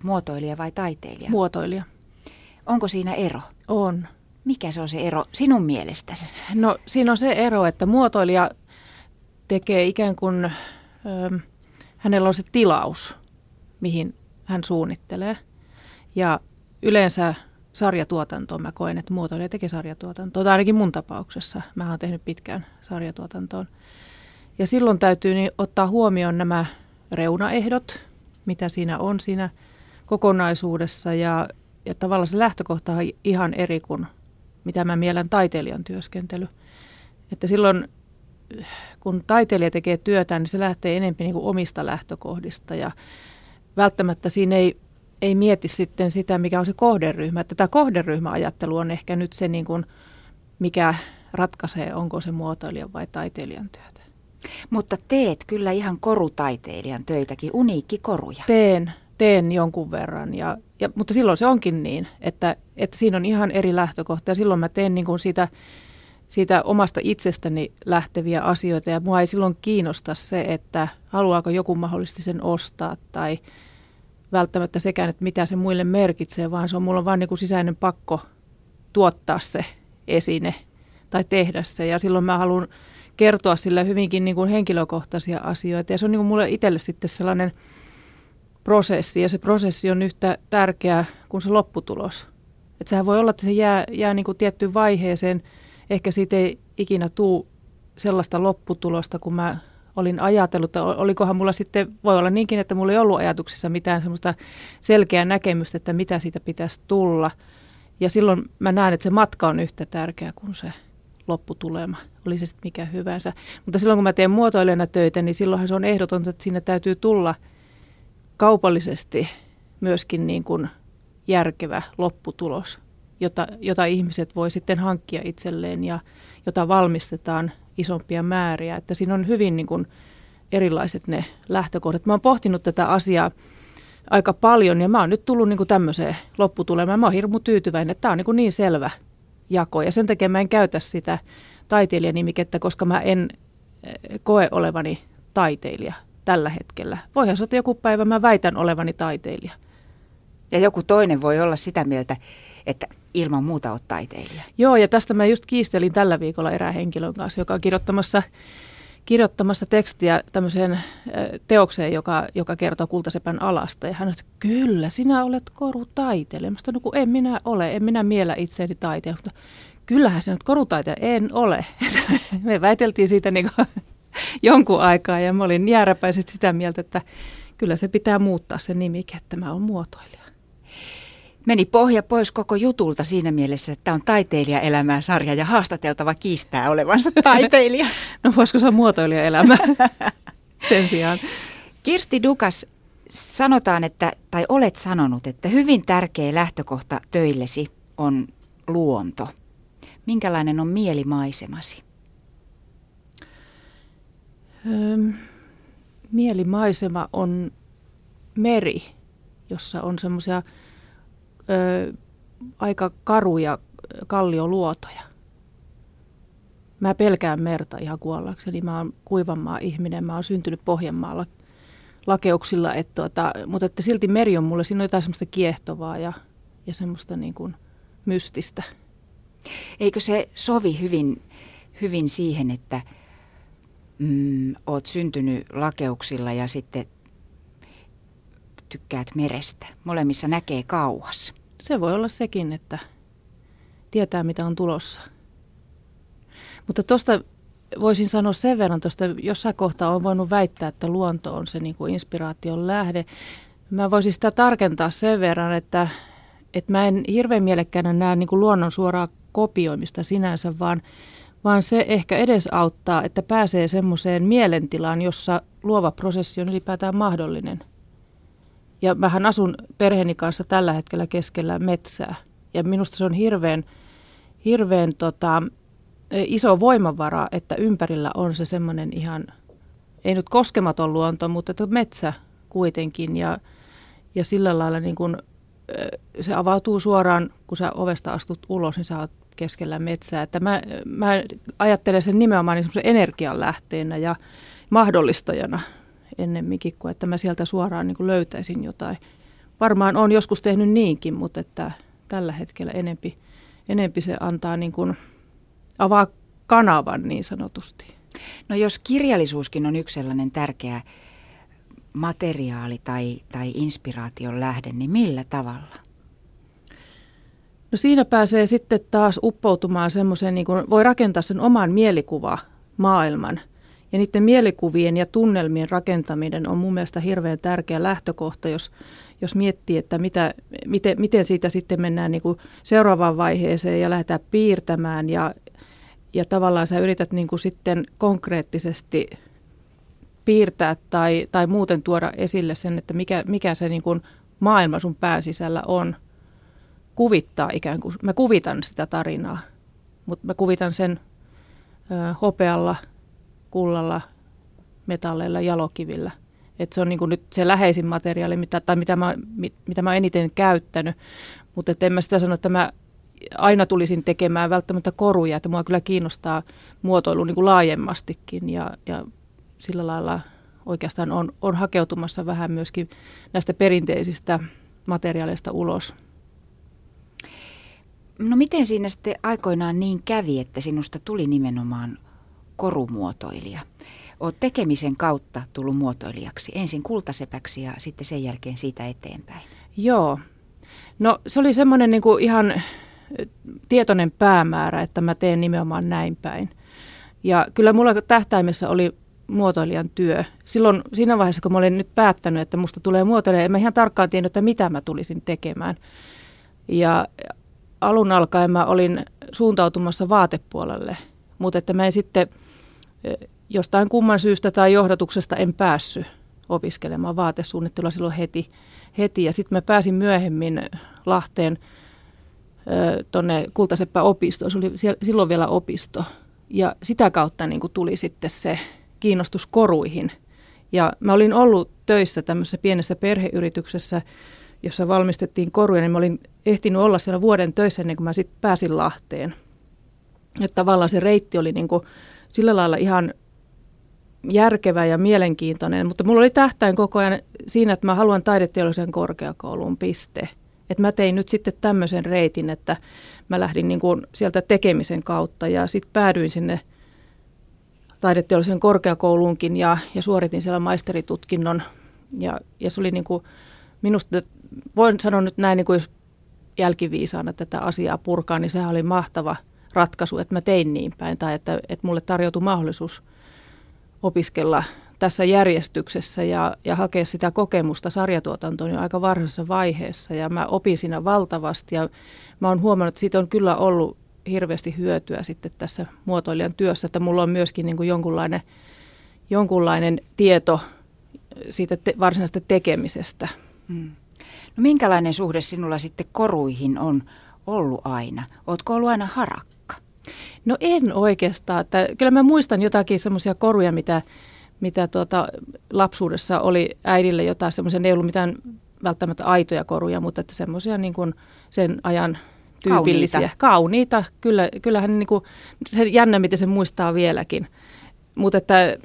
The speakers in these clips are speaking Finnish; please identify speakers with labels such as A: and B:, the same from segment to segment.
A: muotoilija vai taiteilija?
B: Muotoilija.
A: Onko siinä ero?
B: On.
A: Mikä se on se ero sinun mielestäsi?
B: No siinä on se ero, että muotoilija tekee ikään kuin, hänellä on se tilaus, mihin hän suunnittelee. Ja yleensä sarjatuotantoon mä koen, että muotoilija tekee sarjatuotantoa. Tai ainakin mun tapauksessa. Mä oon tehnyt pitkään sarjatuotantoon. Ja silloin täytyy ottaa huomioon nämä reunaehdot, mitä siinä on siinä kokonaisuudessa. Ja tavallaan se lähtökohta on ihan eri kuin mitä mä mielen taiteilijan työskentely. Että silloin, kun taiteilija tekee työtä, niin se lähtee enemmän niin kuin omista lähtökohdista. Ja välttämättä siinä ei mieti sitten sitä, mikä on se kohderyhmä. Että tämä kohderyhmäajattelu on ehkä nyt se, niin kuin, mikä ratkaisee, onko se muotoilijan vai taiteilijan työtä.
A: Mutta teet kyllä ihan korutaiteilijan töitäkin, uniikkikoruja.
B: Teen jonkun verran, mutta silloin se onkin niin, että siinä on ihan eri lähtökohta. Ja silloin mä teen niin kuin siitä omasta itsestäni lähteviä asioita. Ja mua ei silloin kiinnosta se, että haluaako joku mahdollisesti sen ostaa tai välttämättä sekään, että mitä se muille merkitsee, vaan mulla on vaan niin kuin sisäinen pakko tuottaa se esine tai tehdä se. Ja silloin mä haluan kertoa sillä hyvinkin niin kuin henkilökohtaisia asioita. Ja se on niin kuin mulle itselle sitten sellainen prosessi, ja se prosessi on yhtä tärkeä kuin se lopputulos. Että sehän voi olla, että se jää niin kuin tiettyyn vaiheeseen. Ehkä siitä ei ikinä tule sellaista lopputulosta, kun mä olin ajatellut. Olikohan mulla sitten, voi olla niinkin, että mulla ei ollut ajatuksissa mitään semmoista selkeää näkemystä, että mitä siitä pitäisi tulla. Ja silloin mä näen, että se matka on yhtä tärkeä kuin se lopputulema, oli se sitten mikä hyvänsä. Mutta silloin kun mä teen muotoilijana töitä, niin silloinhan se on ehdotonta, että siinä täytyy tulla kaupallisesti myöskin niin kuin järkevä lopputulos, jota ihmiset voi sitten hankkia itselleen ja jota valmistetaan isompia määriä. Että siinä on hyvin niin kuin erilaiset ne lähtökohdat. Mä oon pohtinut tätä asiaa aika paljon ja mä oon nyt tullut niin kuin tämmöiseen lopputulemaan. Mä oon hirmu tyytyväinen, että tää on niin selvä jako ja sen takia mä en käytä sitä taiteilijanimikettä, koska mä en koe olevani taiteilija tällä hetkellä. Voihan se, että joku päivä mä väitän olevani taiteilija.
A: Ja joku toinen voi olla sitä mieltä, että ilman muuta olet taiteilija.
B: Joo, ja tästä mä just kiistelin tällä viikolla erään henkilön kanssa, joka on kirjoittamassa tekstiä tämmöiseen teokseen, joka kertoo kultasepän alasta. Ja hän sanoi, että kyllä, sinä olet korutaiteilija. Mä sanoin, en minä ole, en minä miellä itseäni taiteilija. Mutta kyllähän sinä olet korutaiteilija, en ole. Me väiteltiin siitä niin kuin jonkun aikaa ja mä olin jääräpäisesti sitä mieltä, että kyllä se pitää muuttaa se nimike, että mä oon muotoilija.
A: Meni pohja pois koko jutulta siinä mielessä, että on taiteilijaelämää sarja ja haastateltava kiistää olevansa taiteilija.
B: No voisiko se olla muotoilijaelämä sen sijaan?
A: Kirsti Dukas, sanotaan, tai olet sanonut, että hyvin tärkeä lähtökohta töillesi on luonto. Minkälainen on mielimaisemasi?
B: Mielimaisema on meri, jossa on semmoisia aika karuja kallioluotoja. Mä pelkään merta ihan kuollakseni. Mä oon kuivanmaa ihminen. Mä oon syntynyt Pohjanmaalla lakeuksilla. Mutta että silti meri on mulle, siinä on jotain semmoista kiehtovaa ja semmoista niin kuin mystistä.
A: Eikö se sovi hyvin siihen, että oot syntynyt lakeuksilla ja sitten tykkäät merestä? Molemmissa näkee kauas.
B: Se voi olla sekin, että tietää mitä on tulossa. Mutta tuosta voisin sanoa sen verran, tuosta jossain kohtaa on voinut väittää, että luonto on se niin kuin inspiraation lähde. Mä voisin sitä tarkentaa sen verran, että mä en hirveän mielekkäänä näe niin kuin luonnon suoraa kopioimista sinänsä, vaan se ehkä edesauttaa, että pääsee semmoiseen mielentilaan, jossa luova prosessi on ylipäätään mahdollinen. Ja mähän asun perheeni kanssa tällä hetkellä keskellä metsää. Ja minusta se on hirveän iso voimavara, että ympärillä on se semmoinen ihan, ei nyt koskematon luonto, mutta metsä kuitenkin. Ja sillä lailla niin kun, se avautuu suoraan, kun sä ovesta astut ulos, niin sä oot keskellä metsää. Että mä ajattelen sen nimenomaan niin semmoisen energianlähteenä ja mahdollistajana ennemminkin kuin, että mä sieltä suoraan niin kuin löytäisin jotain varmaan on joskus tehnyt niinkin, mutta että tällä hetkellä enempi se antaa niin kuin avaa kanavan niin sanotusti.
A: No jos kirjallisuuskin on yksi sellainen tärkeä materiaali tai inspiraation lähde, niin millä tavalla?
B: No siinä pääsee sitten taas uppoutumaan semmoiseen, niin kuin voi rakentaa sen oman mielikuvamaailman. Ja niiden mielikuvien ja tunnelmien rakentaminen on mun mielestä hirveän tärkeä lähtökohta, jos miettii, että miten siitä sitten mennään niin kuin seuraavaan vaiheeseen ja lähdetään piirtämään. Ja tavallaan sä yrität niin kuin sitten konkreettisesti piirtää tai muuten tuoda esille sen, että mikä se niin kuin maailma sun pään sisällä on. Kuvittaa ikään kuin, mä kuvitan sitä tarinaa, mutta mä kuvitan sen hopealla, kullalla, metalleilla, jalokivillä. Että se on niin kuin nyt se läheisin materiaali, mitä mä oon eniten käyttänyt, mutta en mä sitä sano, että mä aina tulisin tekemään välttämättä koruja, että mua kyllä kiinnostaa muotoilu niin kuin laajemmastikin ja sillä lailla oikeastaan on hakeutumassa vähän myöskin näistä perinteisistä materiaaleista ulos.
A: No miten siinä sitten aikoinaan niin kävi, että sinusta tuli nimenomaan korumuotoilija? Olet tekemisen kautta tullut muotoilijaksi, ensin kultasepäksi ja sitten sen jälkeen siitä eteenpäin.
B: Joo. No se oli semmoinen niin kuin ihan tietoinen päämäärä, että mä teen nimenomaan näin päin. Ja kyllä mulla tähtäimessä oli muotoilijan työ. Silloin siinä vaiheessa, kun mä olin nyt päättänyt, että musta tulee muotoilija, en mä ihan tarkkaan tiennyt, että mitä mä tulisin tekemään. Ja alun alkaen mä olin suuntautumassa vaatepuolelle, mutta että mä en sitten jostain kumman syystä tai johdatuksesta en päässyt opiskelemaan vaatesuunnittelua silloin heti. Ja sitten mä pääsin myöhemmin Lahteen tuonne Kultaseppä-opistoon, se oli silloin vielä opisto. Ja sitä kautta niin kuin tuli sitten se kiinnostus koruihin. Ja mä olin ollut töissä tämmöisessä pienessä perheyrityksessä, jossa valmistettiin koruja, niin mä olin ehtinyt olla siellä vuoden töissä ennen kuin mä sitten pääsin Lahteen. Että tavallaan se reitti oli niin kuin sillä lailla ihan järkevä ja mielenkiintoinen, mutta mulla oli tähtäin koko ajan siinä, että mä haluan taideteollisen korkeakouluun piste. Että mä tein nyt sitten tämmöisen reitin, että mä lähdin niin kuin sieltä tekemisen kautta ja sitten päädyin sinne taideteollisen korkeakouluunkin ja suoritin siellä maisteritutkinnon. Ja se oli niin kuin minusta, voin sanoa nyt näin, niin kuin jos jälkiviisaana tätä asiaa purkaa, niin sehän oli mahtava ratkaisu, että mä tein niin päin tai että mulle tarjoutui mahdollisuus opiskella tässä järjestyksessä ja hakea sitä kokemusta sarjatuotantoon jo aika varhaisessa vaiheessa. Ja mä opin siinä valtavasti ja mä oon huomannut, että siitä on kyllä ollut hirveästi hyötyä sitten tässä muotoilijan työssä, että mulla on myöskin niin kuin jonkunlainen tieto siitä varsinaisesta tekemisestä.
A: No minkälainen suhde sinulla sitten koruihin on ollut aina? Ootko ollut aina harakka?
B: No en oikeastaan. Että kyllä mä muistan jotakin semmoisia koruja, mitä lapsuudessa oli äidille jotain semmoisia, ne ei ollut mitään välttämättä aitoja koruja, mutta että semmoisia niin kuin sen ajan tyypillisiä. Kauniita. Kyllähän niin kuin, se jännä, miten se muistaa vieläkin. Mutta että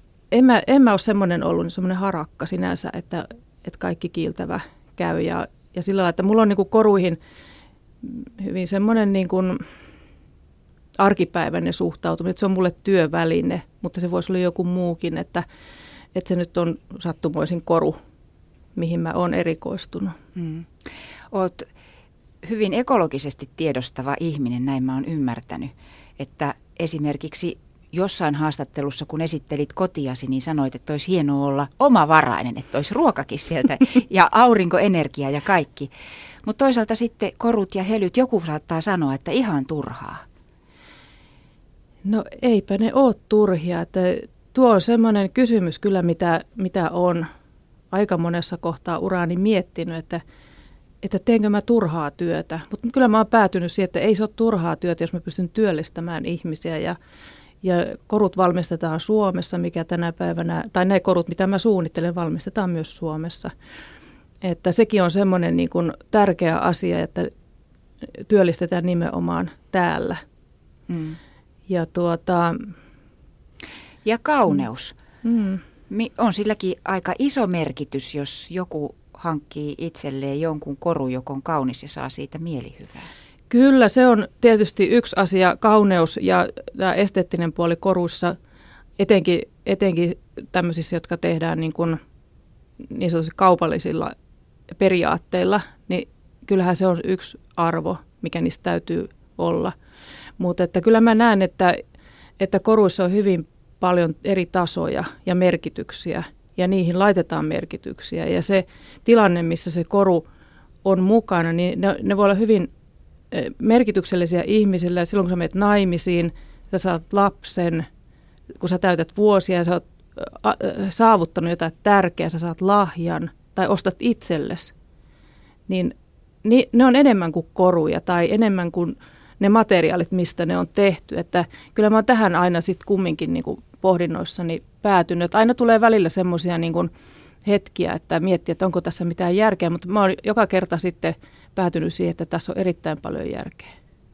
B: en mä ole semmoinen ollut, niin semmoinen harakka sinänsä, että kaikki kiiltävä käy. Ja sillä lailla, että mulla on niin kuin koruihin hyvin semmoinen niin kuin arkipäiväinen suhtautuminen, että se on mulle työväline, mutta se voisi olla joku muukin, että se nyt on sattumoisin koru, mihin mä oon erikoistunut.
A: Oot hyvin ekologisesti tiedostava ihminen, näin mä oon ymmärtänyt, että esimerkiksi jossain haastattelussa, kun esittelit kotiasi, niin sanoit, että olisi hienoa olla omavarainen, että olisi ruokakin sieltä ja aurinkoenergia ja kaikki. Mutta toisaalta sitten korut ja helyt, joku saattaa sanoa, että ihan turhaa.
B: No eipä ne ole turhia. Että tuo on semmoinen kysymys kyllä, mitä on aika monessa kohtaa uraani miettinyt, että teenkö mä turhaa työtä. Mutta kyllä mä oon päätynyt siihen, että ei se ole turhaa työtä, jos mä pystyn työllistämään ihmisiä ja korut valmistetaan Suomessa, mikä tänä päivänä, tai ne korut, mitä mä suunnittelen, valmistetaan myös Suomessa. Että sekin on semmoinen niin kuin tärkeä asia, että työllistetään nimenomaan täällä. Ja
A: kauneus. On silläkin aika iso merkitys, jos joku hankkii itselleen jonkun korujokon kaunis ja saa siitä mielihyvää?
B: Kyllä, se on tietysti yksi asia, kauneus ja tämä esteettinen puoli koruissa, etenkin tämmöisissä, jotka tehdään niin sanotusti kaupallisilla periaatteilla, niin kyllähän se on yksi arvo, mikä niistä täytyy olla. Mutta että kyllä mä näen, että koruissa on hyvin paljon eri tasoja ja merkityksiä, ja niihin laitetaan merkityksiä. Ja se tilanne, missä se koru on mukana, niin ne voi olla hyvin merkityksellisiä ihmisille. Silloin kun sä menet naimisiin, sä saat lapsen, kun sä täytät vuosia ja sä oot saavuttanut jotain tärkeää, sä saat lahjan tai ostat itsellesi, niin ne on enemmän kuin koruja tai enemmän kuin ne materiaalit, mistä ne on tehty. Että kyllä mä oon tähän aina sitten kumminkin niin kuin pohdinnoissani päätynyt. Että aina tulee välillä semmoisia niin kuin hetkiä, että miettii, että onko tässä mitään järkeä, mutta mä oon joka kerta sitten päätynyt siihen, että tässä on erittäin paljon järkeä.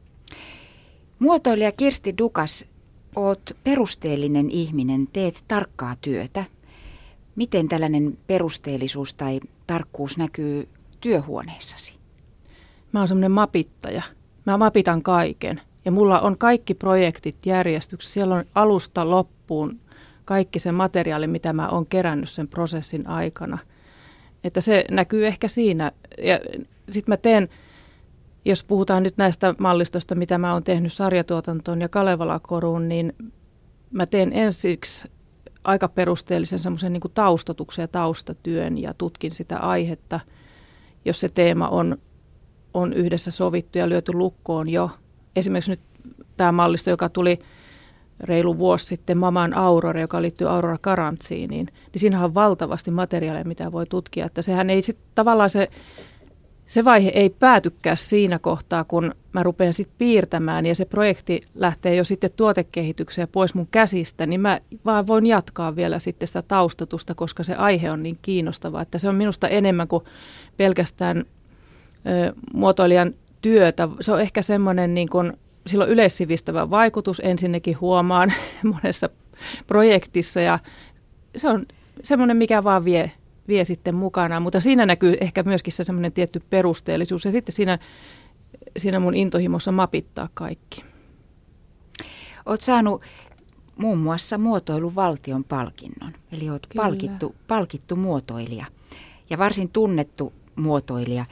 A: Muotoilija Kirsti Dukas, oot perusteellinen ihminen, teet tarkkaa työtä. Miten tällainen perusteellisuus tai tarkkuus näkyy työhuoneessasi?
B: Mä oon semmoinen mapittaja. Mä mapitan kaiken ja mulla on kaikki projektit järjestyksessä. Siellä on alusta loppuun kaikki se materiaali, mitä mä oon kerännyt sen prosessin aikana. Että se näkyy ehkä siinä. Ja sitten mä teen, jos puhutaan nyt näistä mallistoista, mitä mä oon tehnyt sarjatuotantoon ja Kalevala-koruun, niin mä teen ensiksi aika perusteellisen semmoisen niin kuin taustatuksen ja taustatyön ja tutkin sitä aihetta, jos se teema on yhdessä sovittu ja lyöty lukkoon jo. Esimerkiksi nyt tämä mallisto, joka tuli reilu vuosi sitten, Maman Aurora, joka liittyy Aurora karantsiiniin, niin siinähän on valtavasti materiaalia, mitä voi tutkia. Että sehän ei sitten tavallaan se vaihe ei päätykään siinä kohtaa, kun mä rupean sitten piirtämään ja se projekti lähtee jo sitten tuotekehitykseen pois mun käsistä, niin mä vaan voin jatkaa vielä sitten sitä taustatusta, koska se aihe on niin kiinnostava, että se on minusta enemmän kuin pelkästään muotoilijan työtä. Se on ehkä semmoinen, niin kuin, sillä on yleissivistävä vaikutus ensinnäkin huomaan monessa projektissa ja se on semmoinen, mikä vaan vie sitten mukanaan, mutta siinä näkyy ehkä myöskin se semmoinen tietty perusteellisuus ja sitten siinä mun intohimossa mapittaa kaikki.
A: Olet saanut muun muassa muotoilun valtion palkinnon, eli olet palkittu muotoilija ja varsin tunnettu muotoilija.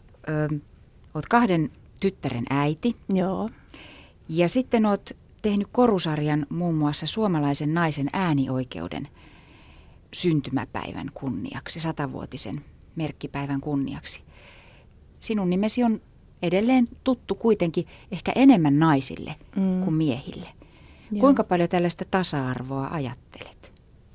A: Olet 2 tyttären äiti.
B: Joo.
A: Ja sitten olet tehnyt korusarjan muun muassa suomalaisen naisen äänioikeuden syntymäpäivän kunniaksi, 100-vuotisen merkkipäivän kunniaksi. Sinun nimesi on edelleen tuttu kuitenkin ehkä enemmän naisille kuin miehille. Joo. Kuinka paljon tällaista tasa-arvoa ajattelet?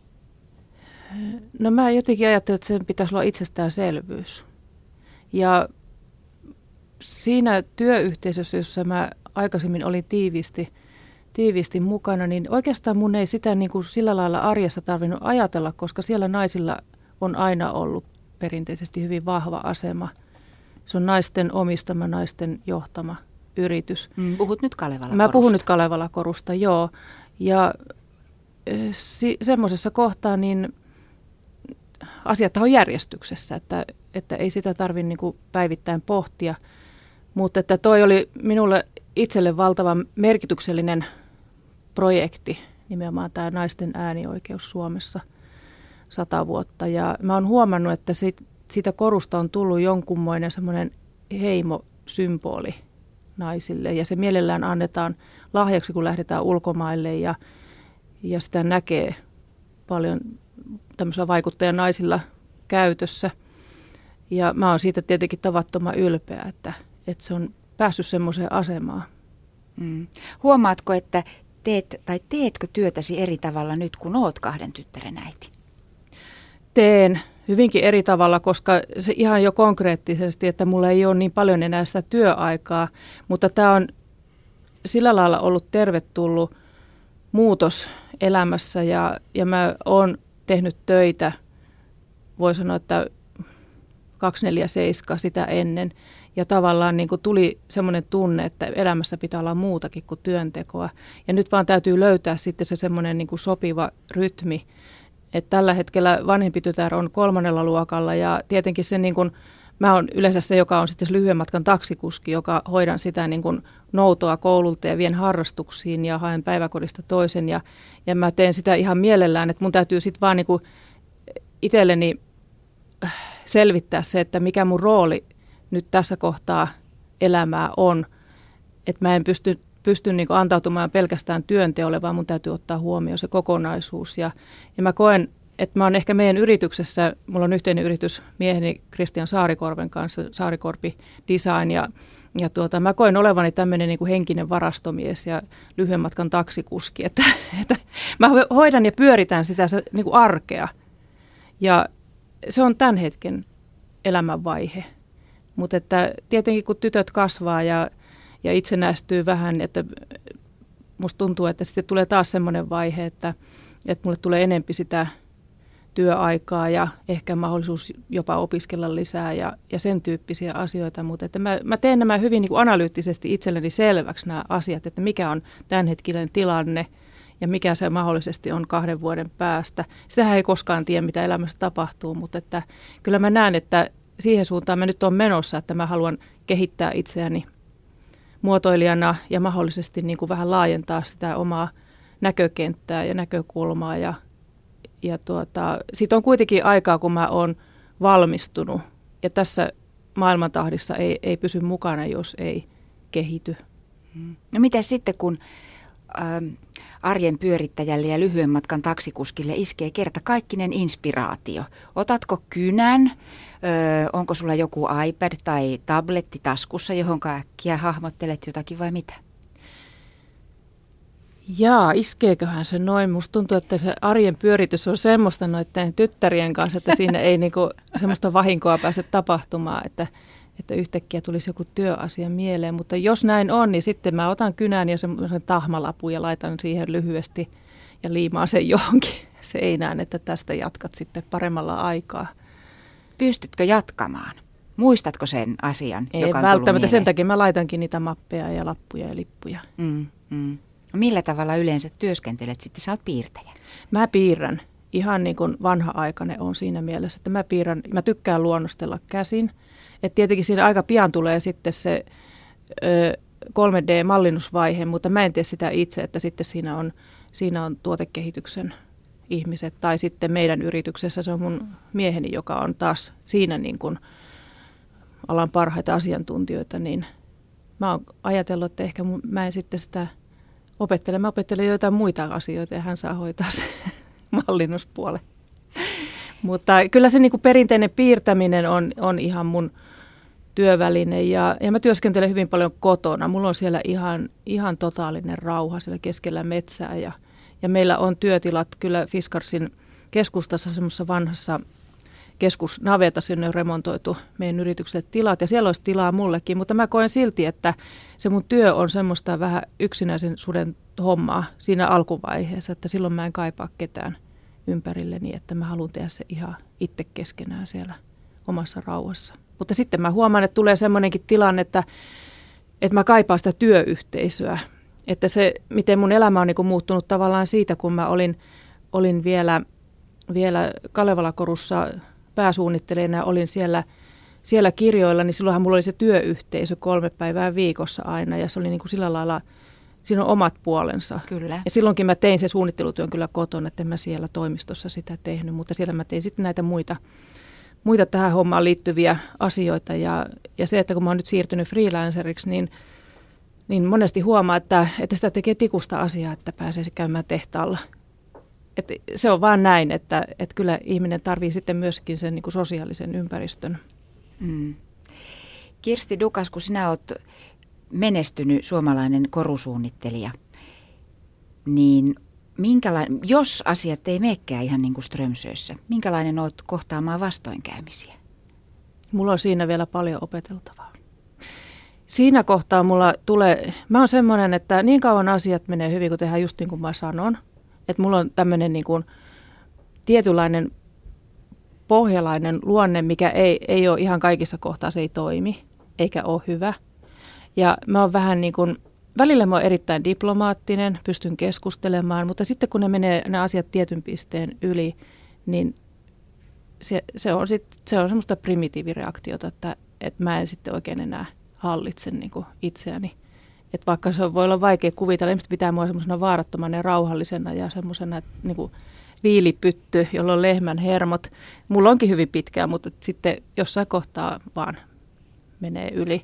B: No mä jotenkin ajattelen, että sen pitäisi olla itsestäänselvyys. Ja siinä työyhteisössä, jossa mä aikaisemmin olin tiiviisti mukana, niin oikeastaan mun ei sitä niin kuin sillä lailla arjessa tarvinnut ajatella, koska siellä naisilla on aina ollut perinteisesti hyvin vahva asema. Se on naisten omistama, naisten johtama yritys.
A: Puhut nyt Kalevala-korusta.
B: Mä puhun nyt Kalevala-korusta, joo. Ja semmoisessa kohtaa niin asiat on järjestyksessä, että ei sitä tarvitse niin kuin päivittäin pohtia. Mutta että toi oli minulle itselle valtavan merkityksellinen projekti, nimenomaan tämä naisten äänioikeus Suomessa 100 vuotta. Ja mä oon huomannut, että siitä korusta on tullut jonkunmoinen semmoinen heimosymboli naisille. Ja se mielellään annetaan lahjaksi, kun lähdetään ulkomaille ja sitä näkee paljon tämmöisillä vaikuttajanaisilla käytössä. Ja mä oon siitä tietenkin tavattoman ylpeä, että se on päässyt semmoiseen asemaan.
A: Huomaatko, että teetkö työtäsi eri tavalla nyt, kun oot 2 tyttären äiti?
B: Teen hyvinkin eri tavalla, koska se ihan jo konkreettisesti, että mulla ei ole niin paljon enää sitä työaikaa, mutta tämä on sillä lailla ollut tervetullut muutos elämässä ja mä oon tehnyt töitä, voi sanoa, että 24/7 sitä ennen. Ja tavallaan niin kuin tuli semmoinen tunne, että elämässä pitää olla muutakin kuin työntekoa. Ja nyt vaan täytyy löytää sitten se semmoinen niin kuin sopiva rytmi, Et tällä hetkellä vanhempi tytär on 3. luokalla ja tietenkin se niin kuin, mä oon yleensä se, joka on sitten lyhyen matkan taksikuski, joka hoidan sitä niin kuin noutoa koululta ja vien harrastuksiin ja haen päiväkodista toisen. Ja mä teen sitä ihan mielellään, että mun täytyy sitten vaan niin kuin itselleni selvittää se, että mikä mun rooli nyt tässä kohtaa elämää on. Että mä en pysty niin kuin antautumaan pelkästään työnteolle, vaan mun täytyy ottaa huomioon se kokonaisuus. Ja mä koen, että mä oon ehkä meidän yrityksessä, mulla on yhteinen yritys mieheni Kristian Saarikorven kanssa, Saarikorpi Design, ja mä koen olevani tämmöinen niin kuin henkinen varastomies ja lyhyen matkan taksikuski, että mä hoidan ja pyöritän sitä niin kuin arkea, ja se on tämän hetken elämänvaihe. Mutta että tietenkin kun tytöt kasvaa ja itsenäistyy vähän, että musta tuntuu, että sitten tulee taas semmoinen vaihe, että mulle tulee enempi sitä työaikaa ja ehkä mahdollisuus jopa opiskella lisää ja sen tyyppisiä asioita, mutta että mä teen nämä hyvin niin kuin analyyttisesti itselleni selväksi nämä asiat, että mikä on tämänhetkinen tilanne ja mikä se mahdollisesti on 2 vuoden päästä. Sitähän ei koskaan tiedä, mitä elämässä tapahtuu, mutta että kyllä mä näen, että siihen suuntaan mä nyt olen menossa, että mä haluan kehittää itseäni muotoilijana ja mahdollisesti niin kuin vähän laajentaa sitä omaa näkökenttää ja näkökulmaa ja siitä on kuitenkin aikaa, kun mä oon valmistunut ja tässä maailmantahdissa ei pysy mukana, jos ei kehity.
A: No mitä sitten, kun arjen pyörittäjälle ja lyhyen matkan taksikuskille iskee kertakaikkinen inspiraatio? Otatko kynän? Onko sulla joku iPad tai tabletti taskussa, johon äkkiä hahmottelet jotakin vai mitä?
B: Jaa, iskeeköhän se noin? Musta tuntuu, että se arjen pyöritys on semmoista noiden tyttärien kanssa, että siinä ei niinku semmoista vahinkoa pääse tapahtumaan, että yhtäkkiä tulisi joku työasia mieleen. Mutta jos näin on, niin sitten mä otan kynän ja semmoisen tahmalapun ja laitan siihen lyhyesti ja liimaan sen johonkin seinään, että tästä jatkat sitten paremmalla aikaa. Pystytkö jatkamaan?
A: Muistatko sen asian,
B: ei
A: joka on
B: välttämättä, sen takia mä laitankin niitä mappeja ja lappuja ja lippuja.
A: Millä tavalla yleensä työskentelet sitten? Sä oot piirtäjä.
B: Mä piirrän. Ihan niin kuin vanha-aikainen on siinä mielessä, että mä tykkään luonnostella käsin. Et tietenkin siinä aika pian tulee sitten se 3D-mallinnusvaihe, mutta mä en tee sitä itse, että sitten siinä on tuotekehityksen ihmiset. Tai sitten meidän yrityksessä se on mun mieheni, joka on taas siinä niin kuin alan parhaita asiantuntijoita, niin mä oon ajatellut, että ehkä mä en sitten sitä mä opettelen joitain muita asioita ja hän saa hoitaa se mallinnuspuolen. Mutta kyllä se niin kuin perinteinen piirtäminen on ihan mun työväline ja mä työskentelen hyvin paljon kotona. Mulla on siellä ihan totaalinen rauha siellä keskellä metsää ja meillä on työtilat kyllä Fiskarsin keskustassa semmoisessa vanhassa keskusnaveta, sinne on remontoitu meidän yritykselle tilat ja siellä olisi tilaa mullekin, mutta mä koen silti, että se mun työ on semmoista vähän yksinäisen suden hommaa siinä alkuvaiheessa, että silloin mä en kaipaa ketään ympärilleni, että mä haluan tehdä se ihan itse keskenään siellä omassa rauhassa. Mutta sitten mä huomaan, että tulee semmoinenkin tilanne, että mä kaipaan sitä työyhteisöä, että se, miten mun elämä on niin kuin muuttunut tavallaan siitä, kun mä olin vielä Kalevala-korussa pääsuunnittelijana ja olin siellä kirjoilla, niin silloinhan mulla oli se työyhteisö 3 päivää viikossa aina ja se oli niin kuin sillä lailla, siinä on omat puolensa.
A: Kyllä. Ja
B: silloinkin mä tein se suunnittelutyön kyllä kotona, että en mä siellä toimistossa sitä tehnyt, mutta siellä mä tein sitten näitä muita tähän hommaan liittyviä asioita ja se, että kun mä oon nyt siirtynyt freelanceriksi, niin monesti huomaa, että sitä tekee tikusta asiaa, että pääsee käymään tehtaalla. Että se on vaan näin, että kyllä ihminen tarvitsee sitten myöskin sen niin kuin sosiaalisen ympäristön.
A: Kirsti Dukas, kun sinä olet menestynyt suomalainen korusuunnittelija, niin jos asiat ei menekään ihan niin kuin Strömsössä, minkälainen olet kohtaamaan vastoinkäymisiä?
B: Mulla on siinä vielä paljon opeteltavaa. Siinä kohtaa mä oon semmoinen, että niin kauan asiat menee hyvin, kun tehdään just niin kuin mä sanon. Että mulla on tämmöinen niin kuin tietynlainen pohjalainen luonne, mikä ei ole ihan kaikissa kohtaa, se ei toimi, eikä ole hyvä. Ja mä oon vähän niin kuin, välillä mä oon erittäin diplomaattinen, pystyn keskustelemaan, mutta sitten kun ne menee ne asiat tietyn pisteen yli, niin se on semmoista primitiivireaktiota, että mä en sitten oikein enää hallitse niin kuin itseäni. Että vaikka se voi olla vaikea kuvitella, ihmiset pitää mua semmoisena vaarattomana ja rauhallisena ja semmoisena niin kuin viilipytty, jolla on lehmän hermot. Mulla onkin hyvin pitkää, mutta sitten jossain kohtaa vaan menee yli.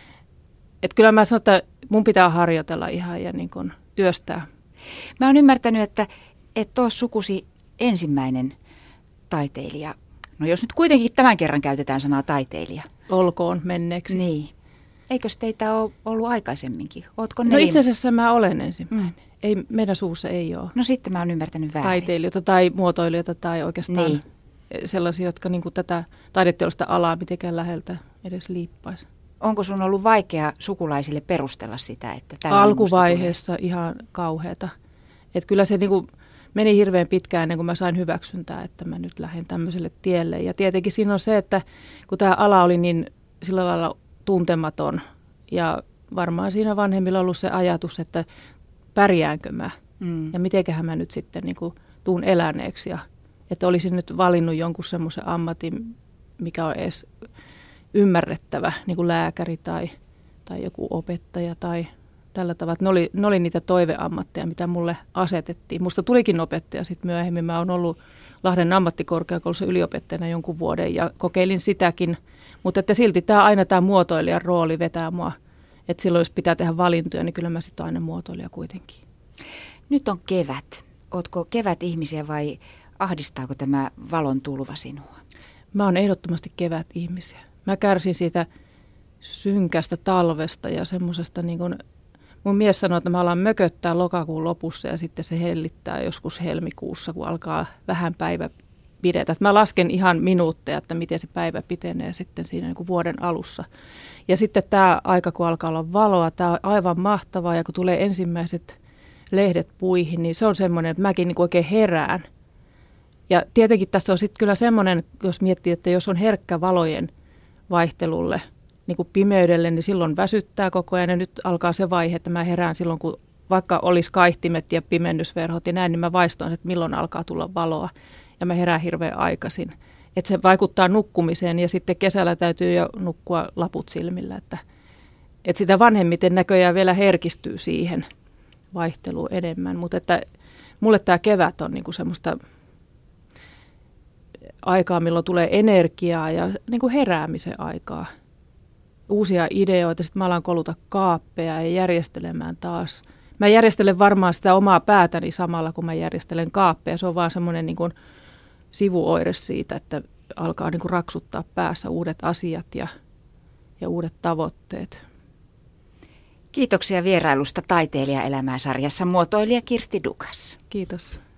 B: Että kyllä mä sanon, että mun pitää harjoitella ihan ja niin kuin työstää.
A: Mä oon ymmärtänyt, että oot sukusi ensimmäinen taiteilija. No jos nyt kuitenkin tämän kerran käytetään sanaa taiteilija.
B: Olkoon menneeksi.
A: Niin. Eikös teitä ole ollut aikaisemminkin? Ootko
B: No itse asiassa mä olen ensimmäinen. Ei, meidän suussa ei ole.
A: No sitten mä oon ymmärtänyt väärin.
B: Taiteilijoita tai muotoilijoita tai oikeastaan
A: niin.
B: Sellaisia, jotka niin kuin tätä taideteollista alaa mitenkään läheltä edes liippaisi.
A: Onko sun ollut vaikea sukulaisille perustella sitä, että tällainen
B: alkuvaiheessa ihan kauheata. Että kyllä se niin kuin meni hirveän pitkään ennen kuin mä sain hyväksyntää, että mä nyt lähden tämmöiselle tielle. Ja tietenkin siinä on se, että kun tämä ala oli niin sillä lailla tuntematon ja varmaan siinä vanhemmilla on ollut se ajatus, että pärjäänkö mä ja mitenköhän mä nyt sitten niin kuin tuun eläneeksi. Ja, että olisin nyt valinnut jonkun semmoisen ammatin, mikä on edes ymmärrettävä, niin kuin lääkäri tai joku opettaja tai tällä tavalla. Ne oli niitä toiveammatteja, mitä mulle asetettiin. Musta tulikin opettaja sitten myöhemmin. Mä oon ollut Lahden ammattikorkeakoulussa yliopettajana jonkun vuoden ja kokeilin sitäkin. Mutta että silti aina tämä muotoilijan rooli vetää mua. Että silloin jos pitää tehdä valintoja, niin kyllä mä sitten aina muotoilija kuitenkin.
A: Nyt on kevät. Ootko kevät-ihmisiä vai ahdistaako tämä valon tulva sinua?
B: Mä oon ehdottomasti kevät-ihmisiä. Mä kärsin siitä synkästä talvesta ja semmoisesta niin kuin mun mies sanoi, että mä alan mököttää lokakuun lopussa ja sitten se hellittää joskus helmikuussa, kun alkaa vähän päivä pidetä. Mä lasken ihan minuutteja, että miten se päivä pitenee sitten siinä niin kuin vuoden alussa. Ja sitten tämä aika, kun alkaa olla valoa, tämä on aivan mahtavaa ja kun tulee ensimmäiset lehdet puihin, niin se on semmoinen, että mäkin niin kuin oikein herään. Ja tietenkin tässä on sitten kyllä semmoinen, jos miettii, että jos on herkkä valojen vaihtelulle, niin kuin pimeydelle, niin silloin väsyttää koko ajan. Ja nyt alkaa se vaihe, että mä herään silloin, kun vaikka olisi kaihtimet ja pimennysverhot ja näin, niin mä vaistoin, että milloin alkaa tulla valoa. Ja mä herään hirveän aikaisin. Että se vaikuttaa nukkumiseen ja sitten kesällä täytyy jo nukkua laput silmillä. Että sitä vanhemmiten näköjään vielä herkistyy siihen vaihteluun enemmän. Mutta että mulle tämä kevät on niinku semmoista aikaa, milloin tulee energiaa ja niinku heräämisen aikaa. Uusia ideoita, sitten mä alan koluta kaappeja ja järjestelemään taas. Mä järjestelen varmaan sitä omaa päätäni samalla, kun mä järjestelen kaappeja. Se on vaan semmoinen niin kuin sivuoire siitä, että alkaa niin kuin raksuttaa päässä uudet asiat ja uudet tavoitteet.
A: Kiitoksia vierailusta Taiteilijaelämää -sarjassa muotoilija Kirsti Dukas.
B: Kiitos.